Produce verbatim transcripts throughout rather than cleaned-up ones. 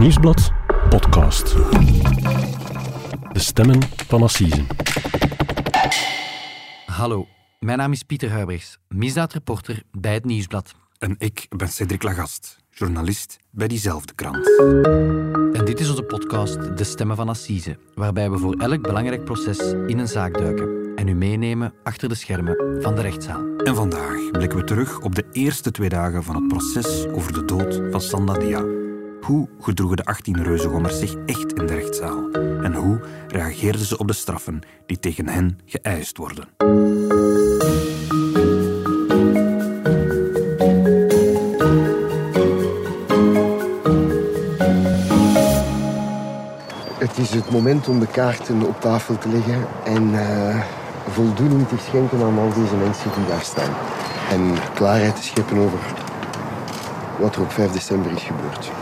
Nieuwsblad podcast. De stemmen van Assisen. Hallo, mijn naam is Pieter Huybrechts, misdaadreporter bij het Nieuwsblad. En ik ben Cédric Lagast, journalist bij diezelfde krant. En dit is onze podcast De Stemmen van Assise, waarbij we voor elk belangrijk proces in een zaak duiken en u meenemen achter de schermen van de rechtszaal. En vandaag blikken we terug op de eerste twee dagen van het proces over de dood van Sanda Dia. Hoe gedroegen de achttien reuzengommers zich echt in de rechtszaal? En hoe reageerden ze op de straffen die tegen hen geëist worden? Het is het moment om de kaarten op tafel te leggen en uh, voldoening te schenken aan al deze mensen die daar staan. En klaarheid te scheppen over wat er op vijf december is gebeurd.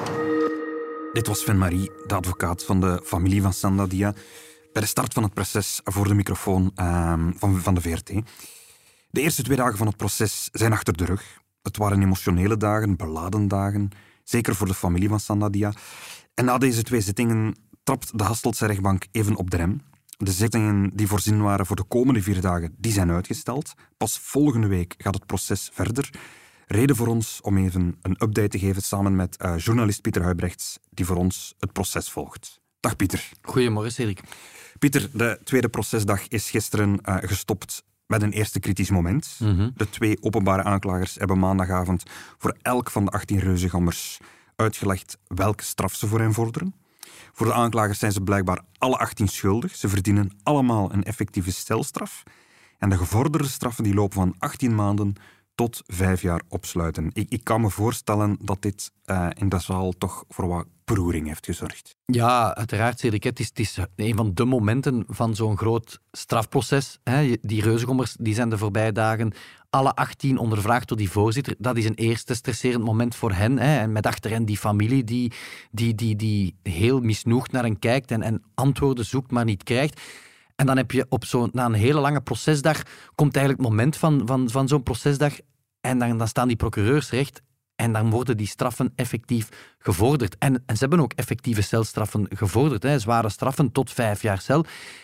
Dit was Sven Marie, de advocaat van de familie van Sanda Dia, bij de start van het proces voor de microfoon uh, van, van de V R T. De eerste twee dagen van het proces zijn achter de rug. Het waren emotionele dagen, beladen dagen, zeker voor de familie van Sanda Dia. En na deze twee zittingen trapt de Hasseltse rechtbank even op de rem. De zittingen die voorzien waren voor de komende vier dagen, die zijn uitgesteld. Pas volgende week gaat het proces verder. Reden voor ons om even een update te geven samen met uh, journalist Pieter Huybrechts, die voor ons het proces volgt. Dag Pieter. Goedemorgen, Cédric. Pieter, de tweede procesdag is gisteren uh, gestopt met een eerste kritisch moment. Mm-hmm. De twee openbare aanklagers hebben maandagavond voor elk van de achttien reuzengommers uitgelegd welke straf ze voor hen vorderen. Voor de aanklagers zijn ze blijkbaar alle achttien schuldig. Ze verdienen allemaal een effectieve celstraf. En de gevorderde straffen die lopen van achttien maanden tot vijf jaar opsluiten. Ik, ik kan me voorstellen dat dit uh, in de zaal toch voor wat beroering heeft gezorgd. Ja, uiteraard, Cédric. Het is, het is een van de momenten van zo'n groot strafproces. Die reuzengommers die zijn de voorbije dagen alle achttien ondervraagd door die voorzitter. Dat is een eerste stresserend moment voor hen. En met achter hen die familie die, die, die, die heel misnoegd naar hen kijkt en, en antwoorden zoekt, maar niet krijgt. En dan heb je op zo'n, na een hele lange procesdag, komt eigenlijk het moment van, van, van zo'n procesdag en dan, dan staan die procureurs recht en dan worden die straffen effectief gevorderd. En, en ze hebben ook effectieve celstraffen gevorderd, hè, zware straffen tot vijf jaar cel.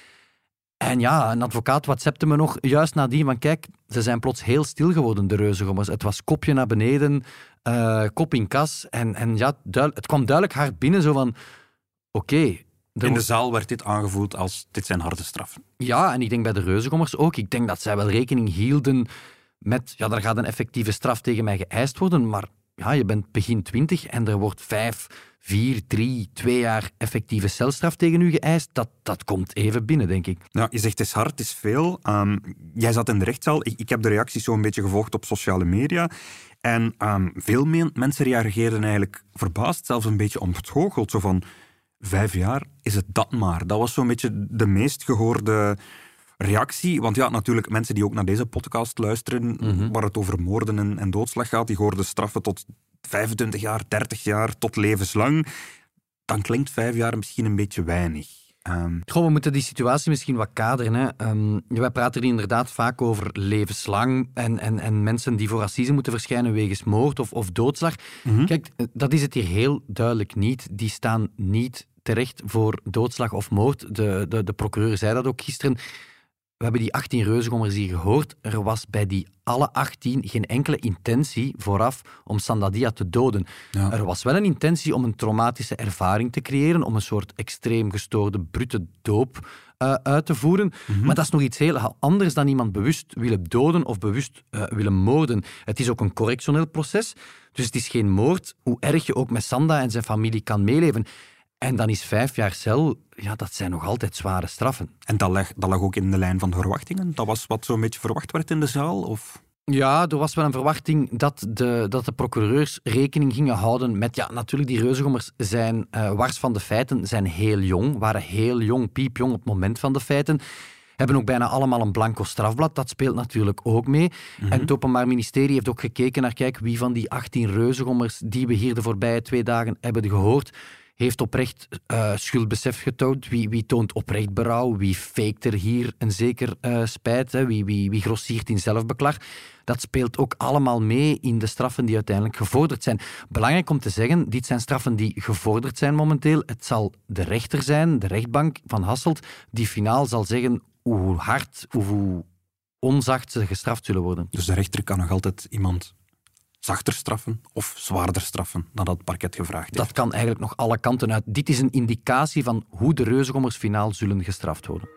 En ja, een advocaat whatsappte me nog juist nadien van kijk, ze zijn plots heel stil geworden, de reuzengommers. Het was kopje naar beneden, uh, kop in kas en, en ja, duid, het kwam duidelijk hard binnen, zo van oké, okay, in de zaal werd dit aangevoeld als dit zijn harde straffen. Ja, en ik denk bij de reuzengommers ook. Ik denk dat zij wel rekening hielden met, ja, er gaat een effectieve straf tegen mij geëist worden, maar ja, je bent begin twintig en er wordt vijf, vier, drie, twee jaar effectieve celstraf tegen u geëist. Dat, dat komt even binnen, denk ik. Ja, je zegt het is hard, het is veel. Um, jij zat in de rechtszaal. Ik, ik heb de reacties zo een beetje gevolgd op sociale media. En um, veel me- mensen reageerden eigenlijk verbaasd, zelfs een beetje ontgoocheld. Zo van, vijf jaar, is het dat maar? Dat was zo'n beetje de meest gehoorde reactie. Want ja, natuurlijk, mensen die ook naar deze podcast luisteren, mm-hmm. waar het over moorden en, en doodslag gaat, die hoorden straffen tot vijfentwintig jaar, dertig jaar, tot levenslang. Dan klinkt vijf jaar misschien een beetje weinig. Um... Goh, we moeten die situatie misschien wat kaderen. Hè. Um, wij praten hier inderdaad vaak over levenslang en, en, en mensen die voor assise moeten verschijnen wegens moord of, of doodslag. Mm-hmm. Kijk, dat is het hier heel duidelijk niet. Die staan niet terecht voor doodslag of moord. De, de, de procureur zei dat ook gisteren. We hebben die achttien reuzengommers hier gehoord. Er was bij die alle achttien geen enkele intentie vooraf om Sanda Dia te doden. Ja. Er was wel een intentie om een traumatische ervaring te creëren, om een soort extreem gestoorde, brute doop uh, uit te voeren. Mm-hmm. Maar dat is nog iets heel anders dan iemand bewust willen doden of bewust uh, willen moorden. Het is ook een correctioneel proces, dus het is geen moord, hoe erg je ook met Sanda en zijn familie kan meeleven. En dan is vijf jaar cel, ja, dat zijn nog altijd zware straffen. En dat lag, dat lag ook in de lijn van de verwachtingen? Dat was wat zo'n beetje verwacht werd in de zaal? Of? Ja, er was wel een verwachting dat de, dat de procureurs rekening gingen houden met... Ja, natuurlijk, die reuzengommers zijn uh, wars van de feiten, zijn heel jong, waren heel jong, piepjong op het moment van de feiten. Hebben ook bijna allemaal een blanco strafblad, dat speelt natuurlijk ook mee. Mm-hmm. En het Openbaar Ministerie heeft ook gekeken naar, kijk, wie van die achttien reuzengommers die we hier de voorbije twee dagen hebben gehoord, heeft oprecht uh, schuldbesef getoond? Wie, wie toont oprecht berouw? Wie faked er hier een zeker uh, spijt? Hè? Wie, wie, wie grossiert in zelfbeklag? Dat speelt ook allemaal mee in de straffen die uiteindelijk gevorderd zijn. Belangrijk om te zeggen, dit zijn straffen die gevorderd zijn momenteel. Het zal de rechter zijn, de rechtbank van Hasselt, die finaal zal zeggen hoe hard, hoe onzacht ze gestraft zullen worden. Dus de rechter kan nog altijd iemand zachter straffen of zwaarder straffen dan dat het parket gevraagd heeft? Dat kan eigenlijk nog alle kanten uit. Dit is een indicatie van hoe de Reuzegommers finaal zullen gestraft worden.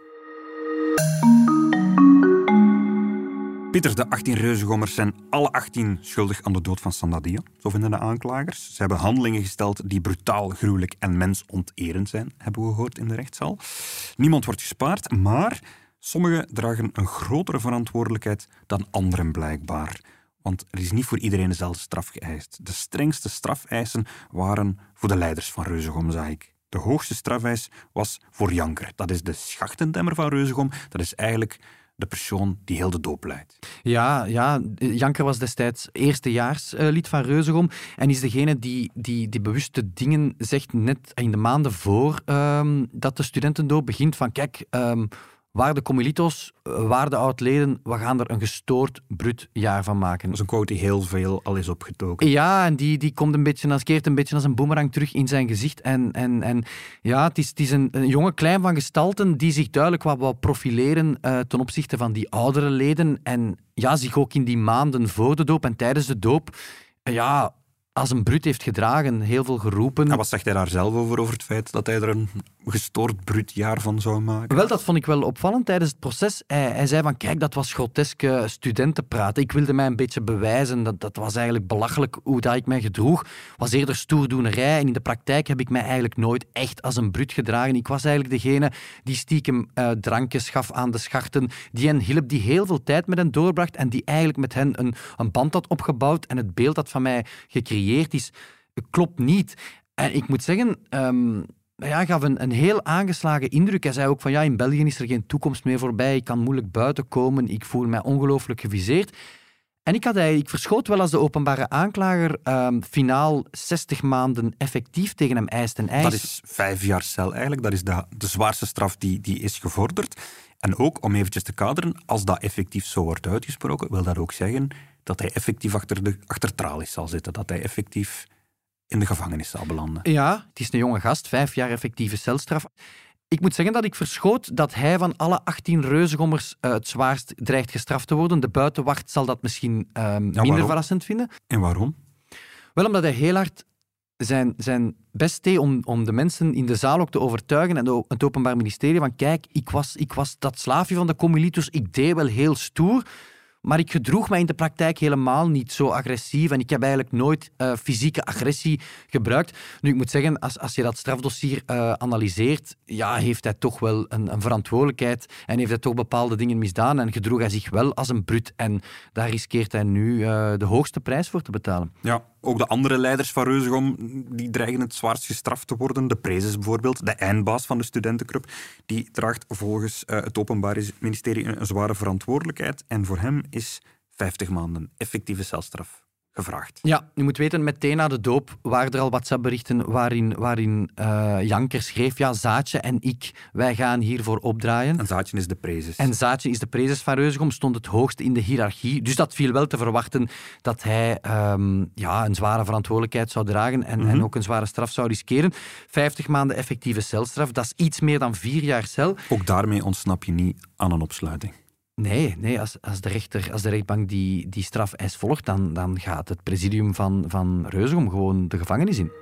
Pieter, de achttien Reuzegommers zijn alle achttien schuldig aan de dood van Sandadia. Zo vinden de aanklagers. Ze hebben handelingen gesteld die brutaal, gruwelijk en mensonterend zijn, hebben we gehoord in de rechtszaal. Niemand wordt gespaard, maar sommigen dragen een grotere verantwoordelijkheid dan anderen blijkbaar. Want er is niet voor iedereen dezelfde straf geëist. De strengste strafeisen waren voor de leiders van Reuzegom, zag ik. De hoogste strafeis was voor Janker. Dat is de schachtendemmer van Reuzegom. Dat is eigenlijk de persoon die heel de doop leidt. Ja, ja, Janker was destijds eerstejaarslid van Reuzegom en is degene die, die, die bewuste dingen zegt net in de maanden voor um, dat de studentendoop begint van kijk, um, waar de comilito's, waar de oud-leden, we gaan er een gestoord, bruut jaar van maken. Dat is een quote die heel veel al is opgetoken. Ja, en die, die komt een beetje, als keert een beetje als een boemerang terug in zijn gezicht. En, en, en ja, het is, het is een, een jonge klein van gestalten die zich duidelijk wat wil profileren uh, ten opzichte van die oudere leden. En ja, zich ook in die maanden voor de doop en tijdens de doop, uh, ja, als een bruut heeft gedragen, heel veel geroepen. En wat zegt hij daar zelf over, over het feit dat hij er een gestoord bruut jaar van zou maken? Wel, dat vond ik wel opvallend tijdens het proces. Hij, hij zei van, kijk, dat was groteske studentenpraat. Ik wilde mij een beetje bewijzen. Dat, dat was eigenlijk belachelijk hoe dat ik mij gedroeg. was eerder stoerdoenerij. En in de praktijk heb ik mij eigenlijk nooit echt als een bruut gedragen. Ik was eigenlijk degene die stiekem uh, drankjes gaf aan de schachten, die hen hielp, die heel veel tijd met hen doorbracht en die eigenlijk met hen een, een band had opgebouwd. En het beeld dat van mij gecreëerd is, klopt niet. En ik moet zeggen, um, ja, hij gaf een, een heel aangeslagen indruk. Hij zei ook van, ja, in België is er geen toekomst meer voorbij. Ik kan moeilijk buiten komen. Ik voel mij ongelooflijk geviseerd. En ik, had eigenlijk, ik verschoot wel als de openbare aanklager um, finaal zestig maanden effectief tegen hem eist en eist. Dat is vijf jaar cel eigenlijk. Dat is de, de zwaarste straf die, die is gevorderd. En ook, om eventjes te kaderen, als dat effectief zo wordt uitgesproken, wil dat ook zeggen dat hij effectief achter de achter tralies zal zitten. Dat hij effectief in de gevangenis zal belanden. Ja, het is een jonge gast, vijf jaar effectieve celstraf. Ik moet zeggen dat ik verschoot dat hij van alle achttien Reuzegommers uh, het zwaarst dreigt gestraft te worden. De buitenwacht zal dat misschien uh, minder waarom? verrassend vinden. En waarom? Wel omdat hij heel hard zijn, zijn best deed om, om de mensen in de zaal ook te overtuigen en de, het Openbaar Ministerie van kijk, ik was, ik was dat slaafje van de comilito's, ik deed wel heel stoer, maar ik gedroeg mij in de praktijk helemaal niet zo agressief en ik heb eigenlijk nooit uh, fysieke agressie gebruikt. Nu, ik moet zeggen, als, als je dat strafdossier uh, analyseert, ja, heeft hij toch wel een, een verantwoordelijkheid en heeft hij toch bepaalde dingen misdaan en gedroeg hij zich wel als een brut. En daar riskeert hij nu uh, de hoogste prijs voor te betalen. Ja, ook de andere leiders van Reuzegom die dreigen het zwaarst gestraft te worden. De prezes bijvoorbeeld, de eindbaas van de studentenclub, die draagt volgens uh, het Openbaar Ministerie een, een zware verantwoordelijkheid en voor hem is vijftig maanden effectieve celstraf gevraagd. Ja, je moet weten, meteen na de doop waren er al WhatsApp-berichten waarin, waarin uh, Janker schreef, ja, Zaatje en ik, wij gaan hiervoor opdraaien. En Zaatje is de prezes. En Zaatje is de prezes van Reuzegom, stond het hoogst in de hiërarchie. Dus dat viel wel te verwachten dat hij um, ja, een zware verantwoordelijkheid zou dragen en, mm-hmm. en ook een zware straf zou riskeren. vijftig maanden effectieve celstraf, dat is iets meer dan vier jaar cel. Ook daarmee ontsnap je niet aan een opsluiting. Nee, nee als, als, de rechter, als de rechtbank die, die strafeis volgt, dan, dan gaat het presidium van, van Reuzegom gewoon de gevangenis in.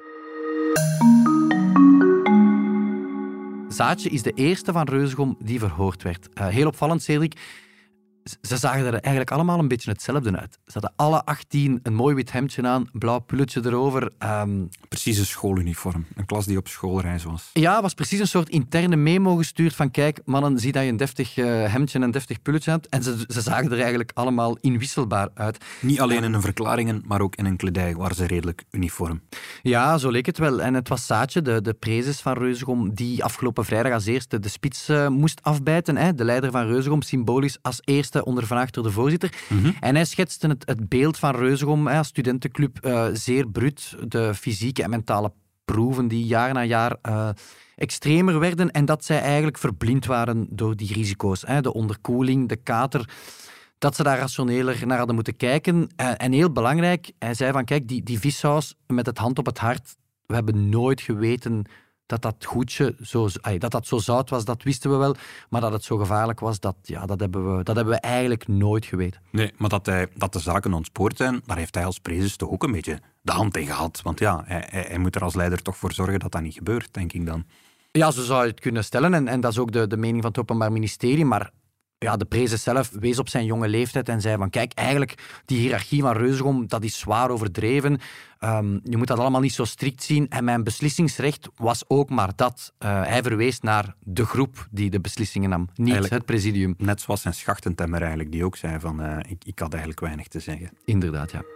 Zaatje is de eerste van Reuzegom die verhoord werd. Uh, heel opvallend, Cedric. Ze zagen er eigenlijk allemaal een beetje hetzelfde uit. Ze hadden alle achttien een mooi wit hemdje aan, een blauw pulletje erover. Um... Precies een schooluniform. Een klas die op schoolreis was. Ja, was precies een soort interne memo gestuurd van kijk, mannen, zie dat je een deftig uh, hemdje en een deftig pulletje hebt. En ze, ze zagen er eigenlijk allemaal inwisselbaar uit. Niet alleen in hun verklaringen, maar ook in hun kledij waren ze redelijk uniform. Ja, zo leek het wel. En het was Zaatje, de, de prezes van Reuzegom, die afgelopen vrijdag als eerste de spits uh, moest afbijten. Hè? De leider van Reuzegom, symbolisch als eerste ondervraagd door de voorzitter. Mm-hmm. En hij schetste het, het beeld van Reuzegom als studentenclub uh, zeer bruut. De fysieke en mentale proeven die jaar na jaar uh, extremer werden en dat zij eigenlijk verblind waren door die risico's. Hè? De onderkoeling, de kater, dat ze daar rationeler naar hadden moeten kijken. Uh, en heel belangrijk, hij zei van kijk, die, die vissaus met het hand op het hart, we hebben nooit geweten dat dat goedje zo, dat dat zo zout was, dat wisten we wel. Maar dat het zo gevaarlijk was, dat, ja, dat, hebben we, dat hebben we eigenlijk nooit geweten. Nee, maar dat, hij, dat de zaken ontspoord zijn, daar heeft hij als prezes toch ook een beetje de hand in gehad. Want ja, hij, hij, hij moet er als leider toch voor zorgen dat dat niet gebeurt, denk ik dan. Ja, zo zou je het kunnen stellen. En, en dat is ook de, de mening van het Openbaar Ministerie. Maar ja, de prezes zelf wees op zijn jonge leeftijd en zei van kijk, eigenlijk die hiërarchie van Reuzegom, dat is zwaar overdreven. Um, je moet dat allemaal niet zo strikt zien. En mijn beslissingsrecht was ook maar dat. Uh, hij verwees naar de groep die de beslissingen nam, niet eigenlijk het presidium. Net zoals zijn schachtentemmer eigenlijk, die ook zei van uh, ik, ik had eigenlijk weinig te zeggen. Inderdaad, ja.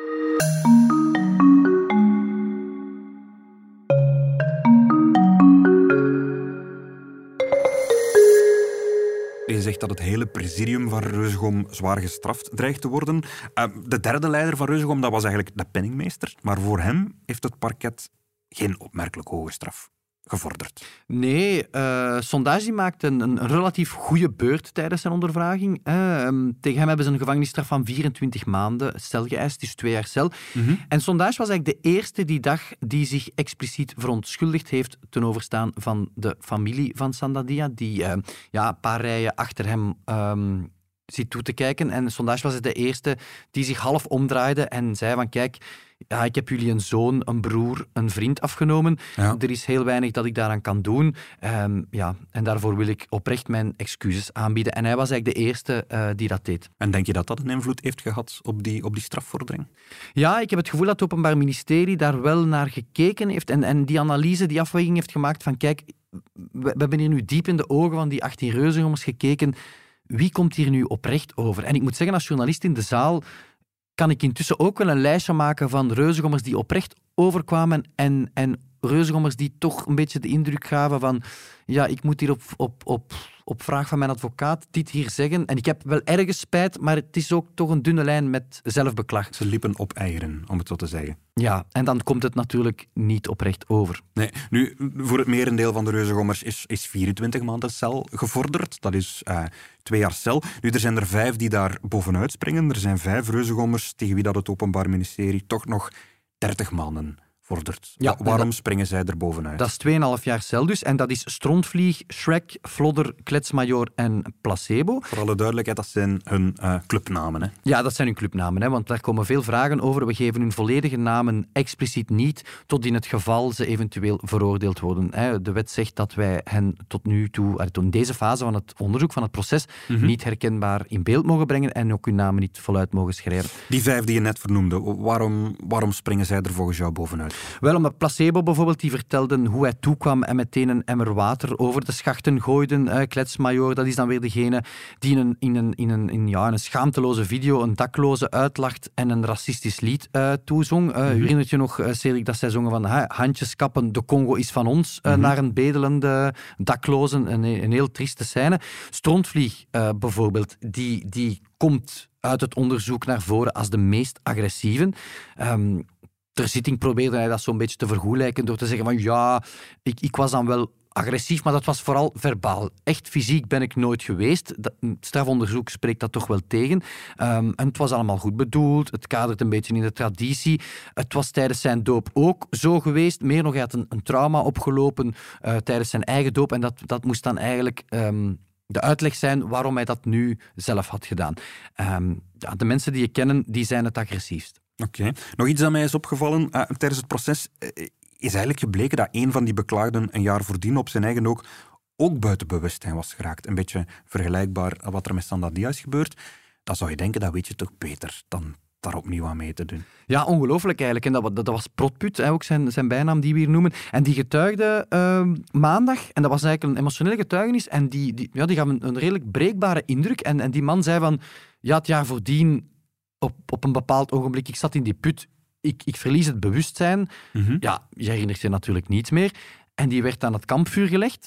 Je zegt dat het hele presidium van Reuzegom zwaar gestraft dreigt te worden. Uh, de derde leider van Reuzegom, dat was eigenlijk de penningmeester. Maar voor hem heeft het parket geen opmerkelijk hoge straf gevorderd. Nee, uh, Sondage maakte een, een relatief goede beurt tijdens zijn ondervraging. Uh, tegen hem hebben ze een gevangenisstraf van vierentwintig maanden cel geëist, dus twee jaar cel. Mm-hmm. En Sondage was eigenlijk de eerste die dag die zich expliciet verontschuldigd heeft ten overstaan van de familie van Sandadia, die uh, ja, een paar rijen achter hem um, zit toe te kijken. En Sondage was de eerste die zich half omdraaide en zei van kijk, ja, ik heb jullie een zoon, een broer, een vriend afgenomen. Ja. Er is heel weinig dat ik daaraan kan doen. Um, ja, en daarvoor wil ik oprecht mijn excuses aanbieden. En hij was eigenlijk de eerste uh, die dat deed. En denk je dat dat een invloed heeft gehad op die, op die strafvordering? Ja, ik heb het gevoel dat het Openbaar Ministerie daar wel naar gekeken heeft en, en die analyse, die afweging heeft gemaakt van kijk, we, we hebben hier nu diep in de ogen van die achttien Reuzegommers gekeken. Wie komt hier nu oprecht over? En ik moet zeggen, als journalist in de zaal kan ik intussen ook wel een lijstje maken van Reuzegommers die oprecht overkwamen en, en Reuzegommers die toch een beetje de indruk gaven van ja, ik moet hier op, op, op, op vraag van mijn advocaat dit hier zeggen. En ik heb wel ergens spijt, maar het is ook toch een dunne lijn met zelfbeklag. Ze liepen op eieren, om het zo te zeggen. Ja, en dan komt het natuurlijk niet oprecht over. Nee, nu, voor het merendeel van de Reuzegommers is, is vierentwintig maanden cel gevorderd. Dat is uh, twee jaar cel. Nu, er zijn er vijf die daar bovenuit springen. Er zijn vijf Reuzegommers tegen wie dat het Openbaar Ministerie toch nog dertig maanden vordert. Ja, waarom dat, springen zij er bovenuit? Dat is tweeënhalf jaar cel dus. En dat is Strontvlieg, Shrek, Flodder, Kletsmajor en Placebo. Voor alle duidelijkheid, dat zijn hun uh, clubnamen. Hè? Ja, dat zijn hun clubnamen. Hè, want daar komen veel vragen over. We geven hun volledige namen expliciet niet, tot in het geval ze eventueel veroordeeld worden. Hè. De wet zegt dat wij hen tot nu toe, in deze fase van het onderzoek, van het proces, mm-hmm. niet herkenbaar in beeld mogen brengen en ook hun namen niet voluit mogen schrijven. Die vijf die je net vernoemde, waarom, waarom springen zij er volgens jou bovenuit? Wel, omdat Placebo bijvoorbeeld, die vertelde hoe hij toekwam en meteen een emmer water over de schachten gooide. Uh, Kletsmajor, dat is dan weer degene die in een, in een, in een, in, ja, in een schaamteloze video een dakloze uitlacht en een racistisch lied uh, toezong. Uh, mm-hmm. Herinnert je nog, uh, Cedric, dat zij zongen van uh, handjes kappen, de Congo is van ons, uh, mm-hmm. naar een bedelende daklozen. Een, een heel trieste scène. Strontvlieg uh, bijvoorbeeld, die, die komt uit het onderzoek naar voren als de meest agressieve. Um, Ter zitting probeerde hij dat zo'n beetje te vergoelijken door te zeggen van ja, ik, ik was dan wel agressief, maar dat was vooral verbaal. Echt fysiek ben ik nooit geweest. Dat, het strafonderzoek spreekt dat toch wel tegen. Um, en het was allemaal goed bedoeld. Het kadert een beetje in de traditie. Het was tijdens zijn doop ook zo geweest. Meer nog, hij had een, een trauma opgelopen uh, tijdens zijn eigen doop en dat, dat moest dan eigenlijk Um, de uitleg zijn waarom hij dat nu zelf had gedaan. Um, ja, de mensen die je kennen, die zijn het agressiefst. Oké. Okay. Nog iets dat mij is opgevallen. Uh, tijdens het proces uh, is eigenlijk gebleken dat een van die beklaagden een jaar voordien op zijn eigen ook, ook buiten bewustzijn was geraakt. Een beetje vergelijkbaar aan wat er met Sandadia is gebeurd. Dan zou je denken, dat weet je toch beter dan daar opnieuw aan mee te doen. Ja, ongelooflijk eigenlijk. En dat, dat, dat was Protput, hè, ook zijn, zijn bijnaam die we hier noemen. En die getuigde uh, maandag, en dat was eigenlijk een emotionele getuigenis, en die, die, ja, die gaf een, een redelijk breekbare indruk. En, en die man zei van, ja, het jaar voordien, op, op een bepaald ogenblik, ik zat in die put, ik, ik verlies het bewustzijn. Mm-hmm. Ja, je herinnert je natuurlijk niets meer. En die werd aan het kampvuur gelegd.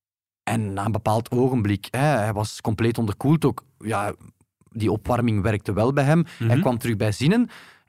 En na een bepaald ogenblik, hè, hij was compleet onderkoeld ook, ja, die opwarming werkte wel bij hem. Mm-hmm. Hij kwam terug bij zinnen.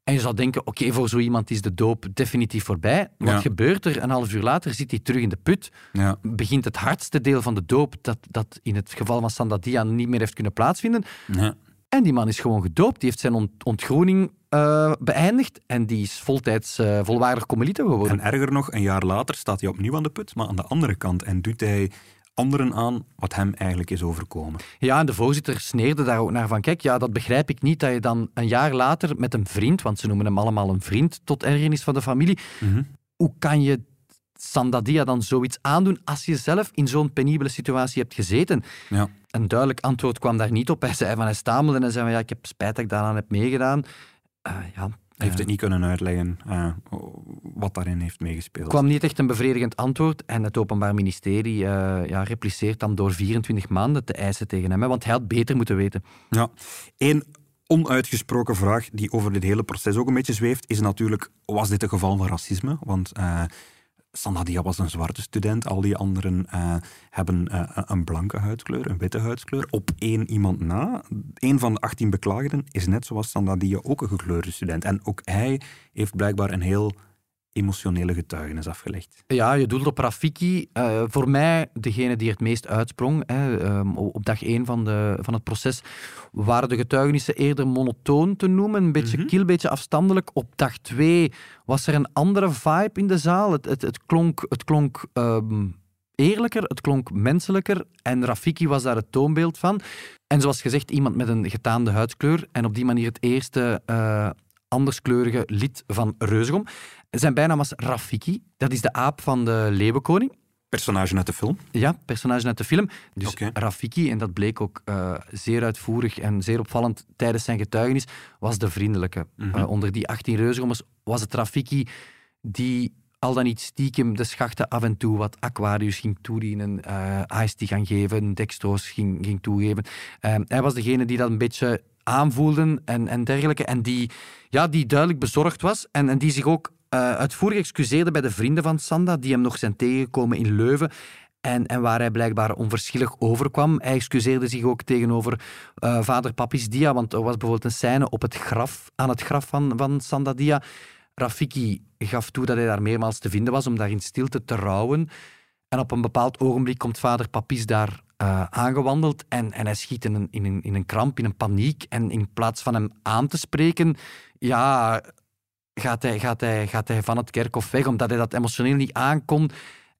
En je zou denken, oké, okay, voor zo iemand is de doop definitief voorbij. Wat ja. gebeurt er? Een half uur later zit hij terug in de put. Ja. Begint het hardste deel van de doop, dat, dat in het geval van Sandadia niet meer heeft kunnen plaatsvinden. Ja. En die man is gewoon gedoopt. Die heeft zijn ont- ontgroening uh, beëindigd. En die is voltijds uh, volwaardig commelite geworden. En erger nog, een jaar later staat hij opnieuw aan de put, maar aan de andere kant. En doet hij anderen aan wat hem eigenlijk is overkomen. Ja, en de voorzitter sneerde daar ook naar van, kijk, ja, dat begrijp ik niet, dat je dan een jaar later met een vriend, want ze noemen hem allemaal een vriend, tot ergernis van de familie, Mm-hmm. hoe kan je Sandadia dan zoiets aandoen als je zelf in zo'n penibele situatie hebt gezeten? Ja. Een duidelijk antwoord kwam daar niet op. Hij zei van, hij stamelde en zei van, ja, ik heb spijt dat ik daaraan heb meegedaan. Uh, ja... Hij heeft het niet kunnen uitleggen uh, wat daarin heeft meegespeeld. Er kwam niet echt een bevredigend antwoord en het Openbaar Ministerie uh, ja, repliceert dan door vierentwintig maanden te eisen tegen hem, hè, want hij had beter moeten weten. Ja, één onuitgesproken vraag die over dit hele proces ook een beetje zweeft, is natuurlijk, was dit een geval van racisme? Want uh, Sandadia was een zwarte student, al die anderen uh, hebben uh, een blanke huidskleur, een witte huidskleur, op één iemand na. Eén van de achttien beklaagden is net zoals Sandadia ook een gekleurde student. En ook hij heeft blijkbaar een heel emotionele getuigenis afgelegd. Ja, je doelt op Rafiki. Uh, voor mij, degene die het meest uitsprong, hè, um, op dag één van, de, van het proces, waren de getuigenissen eerder monotoon te noemen, een beetje Mm-hmm. kil, een beetje afstandelijk. Op dag twee was er een andere vibe in de zaal. Het, het, het klonk, het klonk um, eerlijker, het klonk menselijker en Rafiki was daar het toonbeeld van. En zoals gezegd, iemand met een getaande huidskleur en op die manier het eerste uh, anderskleurige lid van Reuzegom. Zijn bijnaam was Rafiki. Dat is de aap van de Leeuwenkoning. Personage uit de film? Ja, personage uit de film. Dus okay. Rafiki, en dat bleek ook uh, zeer uitvoerig en zeer opvallend tijdens zijn getuigenis, was de vriendelijke. Mm-hmm. Uh, onder die achttien Reuzegommers was het Rafiki die al dan niet stiekem de schachten af en toe wat Aquarius ging toedienen, uh, ijs die gaan geven, dextroos ging, ging toegeven. Uh, hij was degene die dat een beetje aanvoelden en, en dergelijke. En die, ja, die duidelijk bezorgd was en, en die zich ook uh, uitvoerig excuseerde bij de vrienden van Sanda, die hem nog zijn tegengekomen in Leuven. En, en waar hij blijkbaar onverschillig overkwam. Hij excuseerde zich ook tegenover uh, vader Papis Dia, want er was bijvoorbeeld een scène op het graf, aan het graf van, van Sanda Dia. Rafiki gaf toe dat hij daar meermaals te vinden was om daar in stilte te rouwen. En op een bepaald ogenblik komt vader Papis daar uh, aangewandeld en, en hij schiet in een, in, een, in een kramp, in een paniek. En in plaats van hem aan te spreken, ja, gaat hij, gaat hij, gaat hij van het kerkhof weg, omdat hij dat emotioneel niet aankon.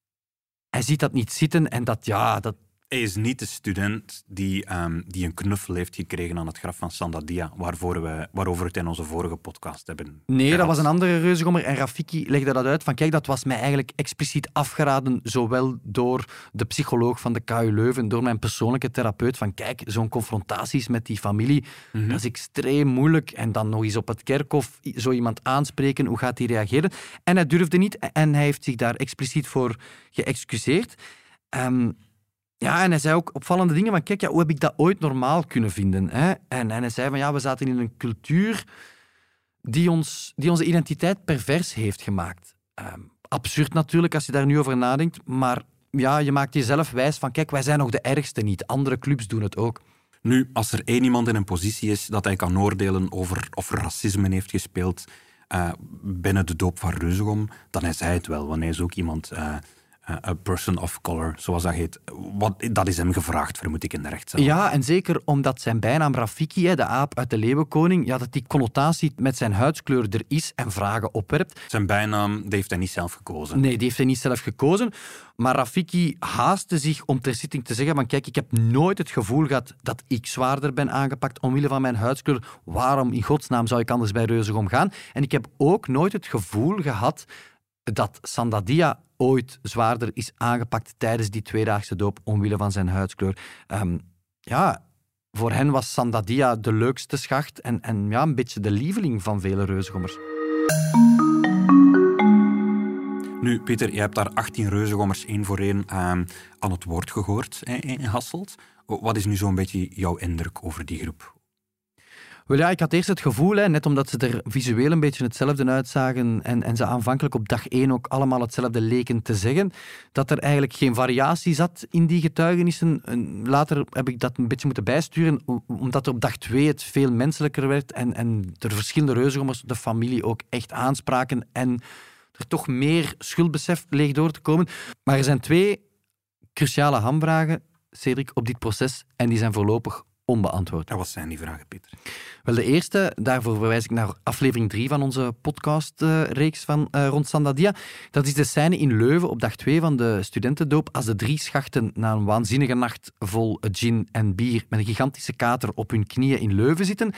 Hij ziet dat niet zitten en dat, ja... Dat... Hij is niet de student die, um, die een knuffel heeft gekregen aan het graf van Sandadia, waarvoor we, waarover we het in onze vorige podcast hebben Nee, gehad. Dat was een andere Reuzegommer en Rafiki legde dat uit van kijk, dat was mij eigenlijk expliciet afgeraden, zowel door de psycholoog van de K U Leuven, door mijn persoonlijke therapeut, van kijk, zo'n confrontaties met die familie, mm-hmm. dat is extreem moeilijk. En dan nog eens op het kerkhof zo iemand aanspreken, hoe gaat hij reageren? En hij durfde niet en hij heeft zich daar expliciet voor geëxcuseerd. Um, Ja, en hij zei ook opvallende dingen van, kijk, ja, hoe heb ik dat ooit normaal kunnen vinden? Hè? En, en hij zei van, ja, we zaten in een cultuur die, ons, die onze identiteit pervers heeft gemaakt. Um, absurd natuurlijk, als je daar nu over nadenkt, maar ja, je maakt jezelf wijs van, kijk, wij zijn nog de ergste niet. Andere clubs doen het ook. Nu, als er één iemand in een positie is dat hij kan oordelen over of racisme heeft gespeeld uh, binnen de doop van Reuzegom, dan is hij het wel, want hij is ook iemand... Uh, A person of color, zoals dat heet. Wat, dat is hem gevraagd, vermoed ik, in de rechtszaal. Ja, en zeker omdat zijn bijnaam Rafiki, de aap uit de Leeuwenkoning, ja, dat die connotatie met zijn huidskleur er is en vragen opwerpt. Zijn bijnaam, die heeft hij niet zelf gekozen. Nee, die heeft hij niet zelf gekozen. Maar Rafiki haastte zich om ter zitting te zeggen van kijk, ik heb nooit het gevoel gehad dat ik zwaarder ben aangepakt omwille van mijn huidskleur. Waarom in godsnaam zou ik anders bij Reuzegom gaan? En ik heb ook nooit het gevoel gehad dat Sandadia ooit zwaarder is aangepakt tijdens die tweedaagse doop omwille van zijn huidskleur. Um, ja, voor hen was Sandadia de leukste schacht en, en ja, een beetje de lieveling van vele Reuzegommers. Nu, Pieter, je hebt daar achttien Reuzegommers één voor één um, aan het woord gehoord hè, in Hasselt. Wat is nu zo'n beetje jouw indruk over die groep? Wel ja, ik had eerst het gevoel, hè, net omdat ze er visueel een beetje hetzelfde uitzagen en, en ze aanvankelijk op dag één ook allemaal hetzelfde leken te zeggen, dat er eigenlijk geen variatie zat in die getuigenissen. En later heb ik dat een beetje moeten bijsturen, omdat er op dag twee het veel menselijker werd en, en er verschillende reuzengommers de familie ook echt aanspraken en er toch meer schuldbesef leeg door te komen. Maar er zijn twee cruciale hamvragen, Cedric, op dit proces en die zijn voorlopig onbeantwoord. En wat zijn die vragen, Pieter? Wel, de eerste, daarvoor verwijs ik naar aflevering drie van onze podcastreeks van uh, rond Sandadia. Dat is de scène in Leuven op dag twee van de studentendoop, als de drie schachten na een waanzinnige nacht vol gin en bier met een gigantische kater op hun knieën in Leuven zitten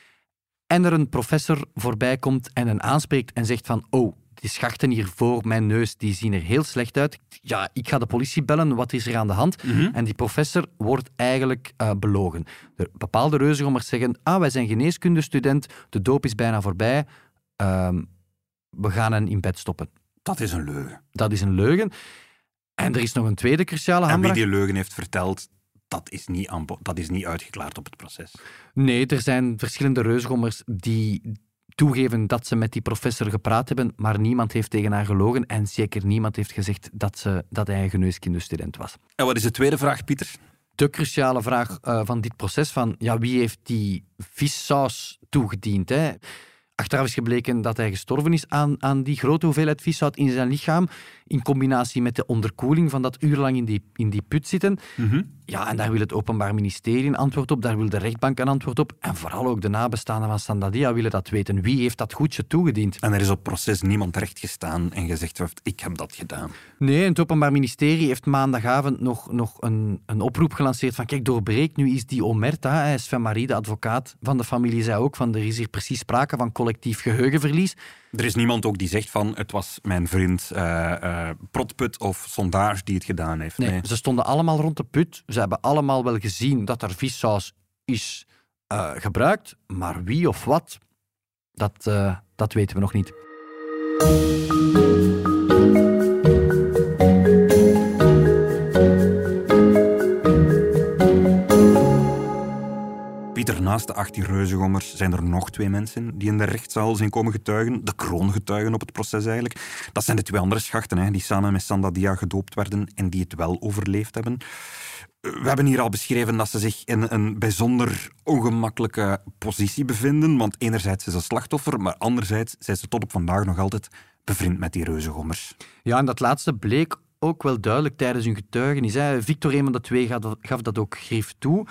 en er een professor voorbij komt en hen aanspreekt en zegt van oh, die schachten hier voor mijn neus, die zien er heel slecht uit. Ja, ik ga de politie bellen, wat is er aan de hand? Mm-hmm. En die professor wordt eigenlijk uh, belogen. De bepaalde reuzengommers zeggen, ah, wij zijn geneeskundestudent, de doop is bijna voorbij, uh, we gaan hen in bed stoppen. Dat is een leugen. Dat is een leugen. En er is nog een tweede cruciale hamvraag. En wie die leugen heeft verteld, dat is niet, aan, dat is niet uitgeklaard op het proces. Nee, er zijn verschillende reuzengommers die toegeven dat ze met die professor gepraat hebben, maar niemand heeft tegen haar gelogen en zeker niemand heeft gezegd dat, ze, dat hij een geneeskundestudent was. En wat is de tweede vraag, Pieter? De cruciale vraag uh, van dit proces van ja, wie heeft die vissaus toegediend? Hè? Achteraf is gebleken dat hij gestorven is aan, aan die grote hoeveelheid viszout in zijn lichaam, in combinatie met de onderkoeling van dat uurlang in die, in die put zitten. Mm-hmm. Ja, en daar wil het Openbaar Ministerie een antwoord op, daar wil de rechtbank een antwoord op. En vooral ook de nabestaanden van Sandadia willen dat weten. Wie heeft dat goedje toegediend? En er is op proces niemand rechtgestaan en gezegd heeft, ik heb dat gedaan. Nee, het Openbaar Ministerie heeft maandagavond nog, nog een, een oproep gelanceerd van kijk, doorbreek nu is die omerta. Sven Marie, de advocaat van de familie, zei ook van er is hier precies sprake van collectief geheugenverlies. Er is niemand ook die zegt van het was mijn vriend uh, uh, Protput of Sondage die het gedaan heeft. Nee, nee, ze stonden allemaal rond de put. Ze hebben allemaal wel gezien dat er vissaus is uh, gebruikt. Maar wie of wat, dat, uh, dat weten we nog niet. Pieter, naast de achttien reuzengommers zijn er nog twee mensen die in de rechtszaal zijn komen getuigen. De kroongetuigen op het proces eigenlijk. Dat zijn de twee andere schachten hè, die samen met Sandadia gedoopt werden en die het wel overleefd hebben. We hebben hier al beschreven dat ze zich in een bijzonder ongemakkelijke positie bevinden, want enerzijds is ze slachtoffer, maar anderzijds zijn ze tot op vandaag nog altijd bevriend met die reuzengommers. Ja, en dat laatste bleek ook wel duidelijk tijdens hun getuigenis. Hè. Victor Eemon de Twee gaf dat ook grief toe.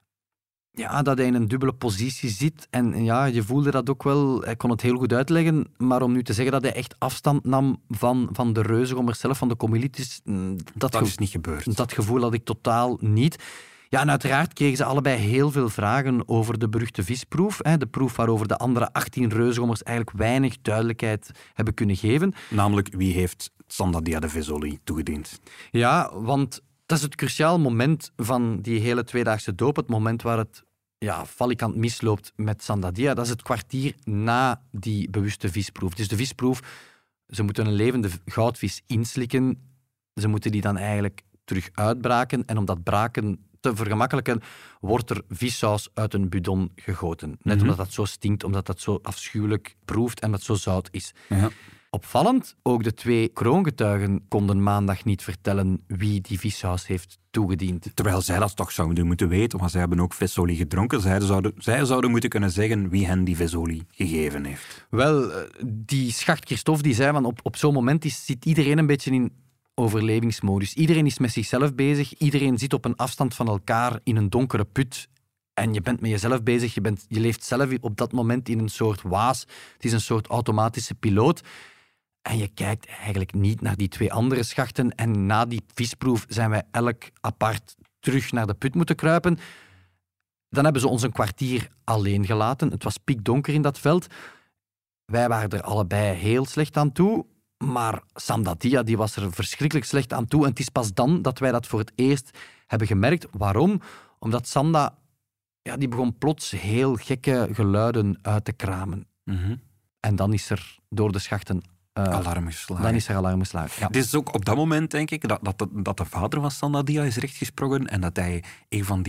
Ja, dat hij in een dubbele positie zit. En ja, je voelde dat ook wel. Hij kon het heel goed uitleggen. Maar om nu te zeggen dat hij echt afstand nam van, van de reuzengommers zelf, van de comilitis, dat, dat is niet gebeurd. Dat gevoel had ik totaal niet. Ja, en uiteraard kregen ze allebei heel veel vragen over de beruchte visproef. Hè, de proef waarover de andere achttien reuzengommers eigenlijk weinig duidelijkheid hebben kunnen geven. Namelijk, wie heeft Sandadia de Vesolie toegediend? Ja, want dat is het cruciaal moment van die hele tweedaagse doop. Het moment waar het ja, valikant misloopt met Sandadia. Dat is het kwartier na die bewuste visproef. Dus de visproef, ze moeten een levende goudvis inslikken. Ze moeten die dan eigenlijk terug uitbraken. En om dat braken te vergemakkelijken, wordt er vissaus uit een bidon gegoten. Net mm-hmm. omdat dat zo stinkt, omdat dat zo afschuwelijk proeft en dat zo zout is. Ja. Opvallend, ook de twee kroongetuigen konden maandag niet vertellen wie die vissaus heeft toegediend. Terwijl zij dat toch zouden moeten weten, want zij hebben ook visolie gedronken. Zij zouden, zij zouden moeten kunnen zeggen wie hen die visolie gegeven heeft. Wel, die schacht Christophe die zei, van op, op zo'n moment is, zit iedereen een beetje in overlevingsmodus. Iedereen is met zichzelf bezig, iedereen zit op een afstand van elkaar in een donkere put. En je bent met jezelf bezig, je, bent, je leeft zelf op dat moment in een soort waas. Het is een soort automatische piloot. En je kijkt eigenlijk niet naar die twee andere schachten. En na die visproef zijn wij elk apart terug naar de put moeten kruipen. Dan hebben ze ons een kwartier alleen gelaten. Het was pikdonker in dat veld. Wij waren er allebei heel slecht aan toe. Maar Sandadia die was er verschrikkelijk slecht aan toe. En het is pas dan dat wij dat voor het eerst hebben gemerkt. Waarom? Omdat Sanda ja, die begon plots heel gekke geluiden uit te kramen. Mm-hmm. En dan is er door de schachten Uh, alarm geslagen. Dan is er alarm geslagen, ja. Dit is ook op dat moment, denk ik, dat, dat, de, dat de vader van Sandadia is rechtgesprongen en dat hij een van die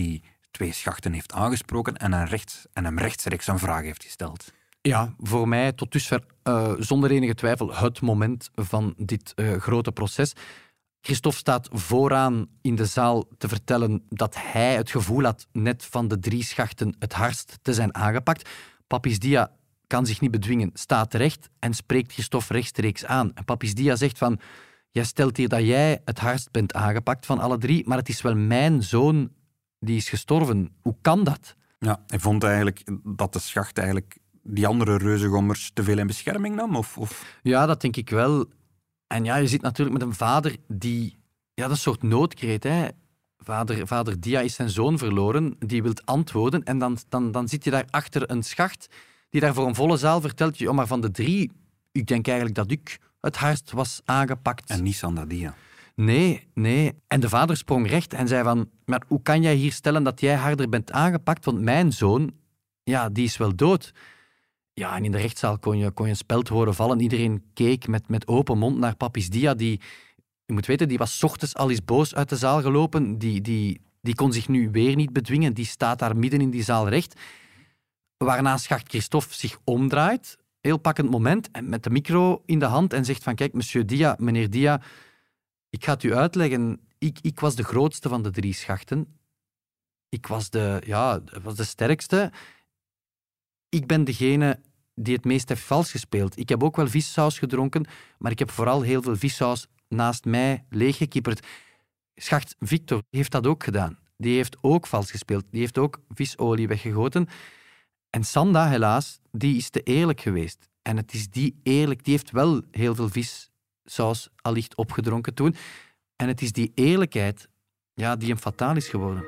twee schachten heeft aangesproken en, een rechts, en hem rechtstreeks een vraag heeft gesteld. Ja, voor mij tot dusver uh, zonder enige twijfel het moment van dit uh, grote proces. Christophe staat vooraan in de zaal te vertellen dat hij het gevoel had net van de drie schachten het hardst te zijn aangepakt. Papis Dia kan zich niet bedwingen, staat terecht en spreekt Christophe rechtstreeks aan. En Papis Dia zegt van, jij stelt hier dat jij het hardst bent aangepakt van alle drie, maar het is wel mijn zoon die is gestorven. Hoe kan dat? Ja, hij vond eigenlijk dat de schacht eigenlijk die andere reuzengommers te veel in bescherming nam? Of, of? Ja, dat denk ik wel. En ja, je zit natuurlijk met een vader die... Ja, dat is een soort noodkreet, hè. Vader, vader Dia is zijn zoon verloren, die wil antwoorden en dan, dan, dan zit je daar achter een schacht die daar voor een volle zaal vertelt, oh, maar van de drie, ik denk eigenlijk dat ik het hardst was aangepakt. En niet Sanda Dia. Nee, nee. En de vader sprong recht en zei van, maar hoe kan jij hier stellen dat jij harder bent aangepakt, want mijn zoon, ja, die is wel dood. Ja, en in de rechtszaal kon je, kon je een speld horen vallen. Iedereen keek met, met open mond naar Papis Dia, die, je moet weten, die was 's ochtends al eens boos uit de zaal gelopen. Die, die, die kon zich nu weer niet bedwingen. Die staat daar midden in die zaal recht. Waarna schacht Christophe zich omdraait, heel pakkend moment, en met de micro in de hand en zegt van, kijk, monsieur Dia, meneer Dia, ik ga het u uitleggen. Ik, ik was de grootste van de drie schachten. Ik was de, ja, was de sterkste. Ik ben degene die het meest heeft vals gespeeld. Ik heb ook wel vissaus gedronken, maar ik heb vooral heel veel vissaus naast mij leeggekieperd. Schacht Victor heeft dat ook gedaan. Die heeft ook vals gespeeld. Die heeft ook visolie weggegoten. En Sanda, helaas, die is te eerlijk geweest. En het is die eerlijk, die heeft wel heel veel vissaus allicht opgedronken toen. En het is die eerlijkheid, ja, die hem fataal is geworden.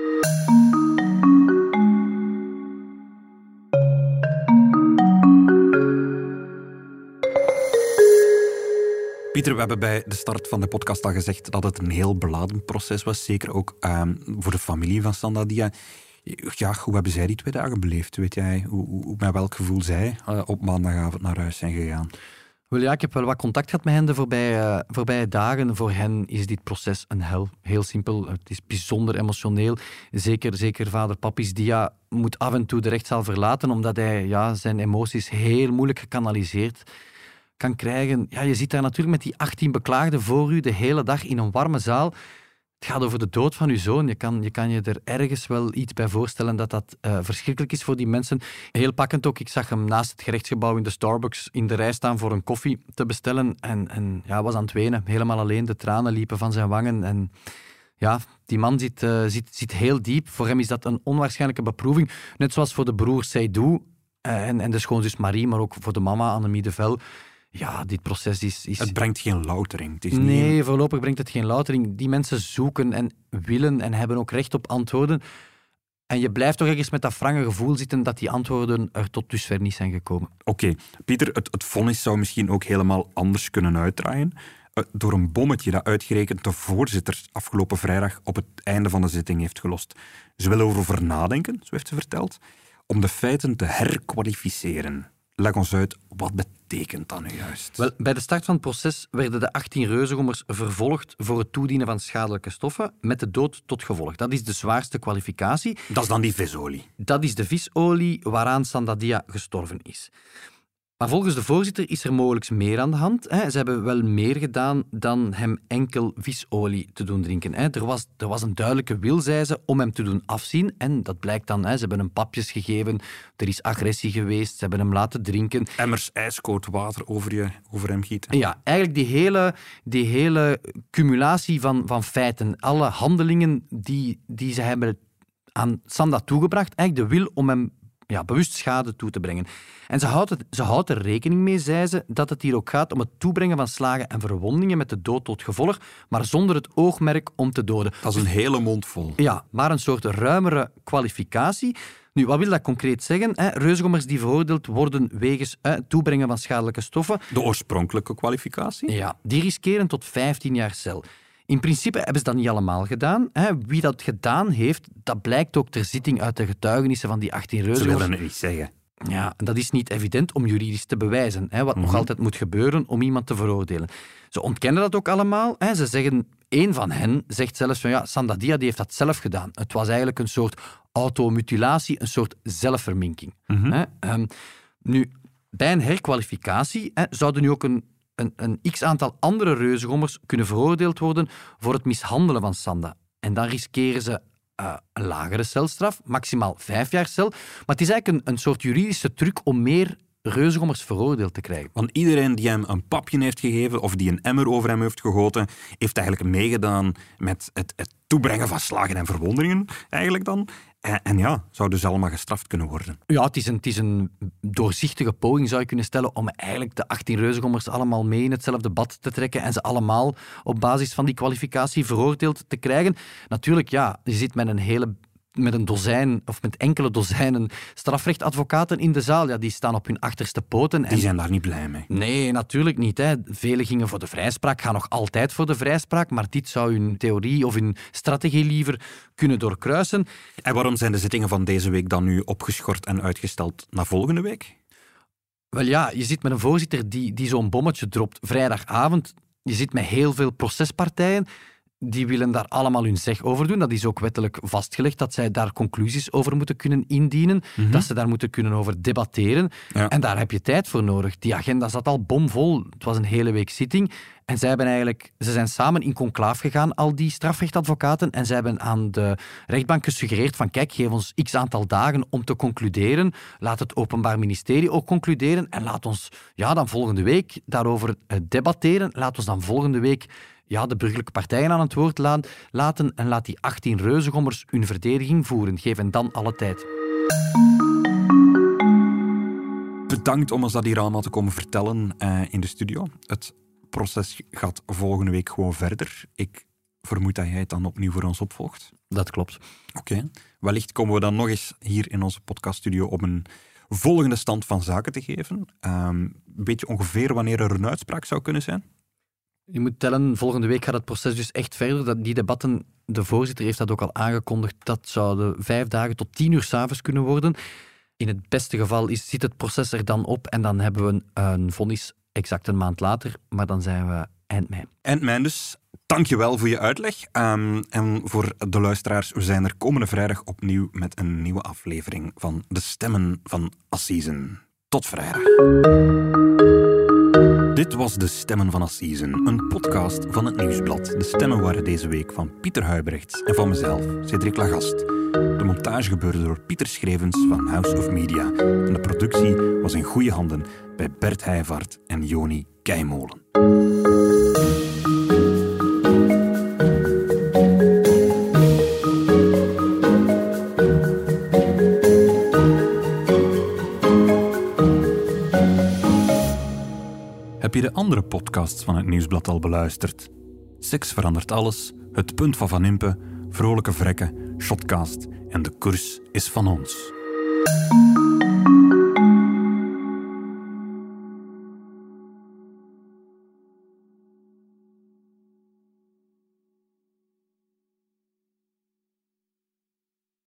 Pieter, we hebben bij de start van de podcast al gezegd dat het een heel beladen proces was. Zeker ook um, voor de familie van Sanda Dia. Ja, hoe hebben zij die twee dagen beleefd? Weet jij hoe, hoe, met welk gevoel zij uh, op maandagavond naar huis zijn gegaan? Wel ja, ik heb wel wat contact gehad met hen de voorbije, uh, voorbije dagen. Voor hen is dit proces een hel. Heel simpel. Het is bijzonder emotioneel. Zeker, zeker vader Papis Dia moet af en toe de rechtszaal verlaten, omdat hij ja, zijn emoties heel moeilijk gekanaliseerd kan krijgen. Ja, je zit daar natuurlijk met die achttien beklaagden voor u de hele dag in een warme zaal. Het gaat over de dood van uw zoon. Je kan je, kan je er ergens wel iets bij voorstellen dat dat uh, verschrikkelijk is voor die mensen. Heel pakkend ook. Ik zag hem naast het gerechtsgebouw in de Starbucks in de rij staan voor een koffie te bestellen. En, en ja, was aan het wenen. Helemaal alleen. De tranen liepen van zijn wangen. En ja, die man zit, uh, zit, zit heel diep. Voor hem is dat een onwaarschijnlijke beproeving. Net zoals voor de broer Seydou uh, en, en de schoonzus Marie, maar ook voor de mama Annemie de Vel. Ja, dit proces is... is... Het brengt geen loutering. Het is nee, niet... voorlopig brengt het geen loutering. Die mensen zoeken en willen en hebben ook recht op antwoorden. En je blijft toch ergens met dat wrange gevoel zitten dat die antwoorden er tot dusver niet zijn gekomen. Oké, okay. Pieter, het, het vonnis zou misschien ook helemaal anders kunnen uitdraaien. Uh, door een bommetje dat uitgerekend de voorzitter afgelopen vrijdag op het einde van de zitting heeft gelost. Ze wil erover nadenken, zo heeft ze verteld, om de feiten te herkwalificeren. Leg ons uit, wat betekent dat nu juist? Wel, bij de start van het proces werden de achttien reuzengommers vervolgd voor het toedienen van schadelijke stoffen met de dood tot gevolg. Dat is de zwaarste kwalificatie. Dat is dan die visolie? Dat is de visolie waaraan Sanda Dia gestorven is. Maar volgens de voorzitter is er mogelijk meer aan de hand. Hè. Ze hebben wel meer gedaan dan hem enkel visolie te doen drinken. Hè. Er was, er was een duidelijke wil, zei ze, om hem te doen afzien. En dat blijkt dan. Hè. Ze hebben hem papjes gegeven. Er is agressie geweest. Ze hebben hem laten drinken. Emmers ijskoud water over, je, over hem gieten. Ja, eigenlijk die hele, die hele cumulatie van, van feiten. Alle handelingen die, die ze hebben aan Sanda toegebracht. Eigenlijk de wil om hem ja, bewust schade toe te brengen. En ze houdt, het, ze houdt er rekening mee, zei ze, dat het hier ook gaat om het toebrengen van slagen en verwondingen met de dood tot gevolg, maar zonder het oogmerk om te doden. Dat is een hele mond vol. Ja, maar een soort ruimere kwalificatie. Nu, wat wil dat concreet zeggen? Hè? Reuzengommers die veroordeeld worden wegens het toebrengen van schadelijke stoffen. De oorspronkelijke kwalificatie? Ja, die riskeren tot vijftien jaar cel. In principe hebben ze dat niet allemaal gedaan. Wie dat gedaan heeft, dat blijkt ook ter zitting uit de getuigenissen van die achttien reuzengommers. Ze willen het niet zeggen. Ja, dat is niet evident om juridisch te bewijzen, hè, wat mm-hmm. nog altijd moet gebeuren om iemand te veroordelen. Ze ontkennen dat ook allemaal. Hè. Ze zeggen, Een van hen zegt zelfs van ja, Sandadia die heeft dat zelf gedaan. Het was eigenlijk een soort automutilatie, een soort zelfverminking. Mm-hmm. Hè? Um, nu, bij een herkwalificatie hè, zouden nu ook een, een, een x-aantal andere reuzengommers kunnen veroordeeld worden voor het mishandelen van Sanda. En dan riskeren ze uh, een lagere celstraf, maximaal vijf jaar cel. Maar het is eigenlijk een, een soort juridische truc om meer reuzengommers veroordeeld te krijgen. Want iedereen die hem een papje heeft gegeven of die een emmer over hem heeft gegoten, heeft eigenlijk meegedaan met het, het toebrengen van slagen en verwonderingen, eigenlijk dan. En, en ja, zou dus allemaal gestraft kunnen worden. Ja, het is, een, het is een doorzichtige poging, zou je kunnen stellen, om eigenlijk de achttien reuzengommers allemaal mee in hetzelfde bad te trekken en ze allemaal op basis van die kwalificatie veroordeeld te krijgen. Natuurlijk, ja, je zit met een hele... met een dozijn of met enkele dozijnen strafrechtadvocaten in de zaal. Ja, die staan op hun achterste poten. En... Die zijn daar niet blij mee. Nee, natuurlijk niet. Hè. Velen gingen voor de vrijspraak, gaan nog altijd voor de vrijspraak, maar dit zou hun theorie of hun strategie liever kunnen doorkruisen. En waarom zijn de zittingen van deze week dan nu opgeschort en uitgesteld naar volgende week? Wel ja, je zit met een voorzitter die, die zo'n bommetje dropt vrijdagavond. Je zit met heel veel procespartijen. Die willen daar allemaal hun zeg over doen. Dat is ook wettelijk vastgelegd, dat zij daar conclusies over moeten kunnen indienen, mm-hmm. dat ze daar moeten kunnen over debatteren. Ja. En daar heb je tijd voor nodig. Die agenda zat al bomvol. Het was een hele week zitting. En zij hebben eigenlijk, ze zijn samen in conclaaf gegaan, al die strafrechtadvocaten, en zij hebben aan de rechtbank gesuggereerd van kijk, geef ons x aantal dagen om te concluderen. Laat het Openbaar Ministerie ook concluderen en laat ons ja, dan volgende week daarover debatteren. Laat ons dan volgende week ja, de burgerlijke partijen aan het woord laten en laat die achttien reuzengommers hun verdediging voeren. Geef hen dan alle tijd. Bedankt om ons dat hier allemaal te komen vertellen uh, in de studio. Het proces gaat volgende week gewoon verder. Ik vermoed dat jij het dan opnieuw voor ons opvolgt. Dat klopt. Oké. Okay. Wellicht komen we dan nog eens hier in onze podcaststudio om een volgende stand van zaken te geven. Um, weet je ongeveer wanneer er een uitspraak zou kunnen zijn? Je moet tellen, volgende week gaat het proces dus echt verder. Dat die debatten, de voorzitter heeft dat ook al aangekondigd, dat zouden vijf dagen tot tien uur 's avonds kunnen worden. In het beste geval is, zit het proces er dan op en dan hebben we een, een vonnis exact een maand later, maar dan zijn we eind mei. Eind mei dus. Dank je wel voor je uitleg. Um, en voor de luisteraars, we zijn er komende vrijdag opnieuw met een nieuwe aflevering van De Stemmen van Assisen. Tot vrijdag. Dit was De Stemmen van Assisen, een podcast van het Nieuwsblad. De stemmen waren deze week van Pieter Huybrechts en van mezelf, Cédric Lagast. De montage gebeurde door Pieter Schrevens van House of Media. En de productie was in goede handen bij Bert Heijvaart en Joni Keimolen. Heb je de andere podcasts van het Nieuwsblad al beluisterd? Seks verandert alles, Het Punt van Van Impe, Vrolijke Vrekken, Shotcast en De Koers is van ons.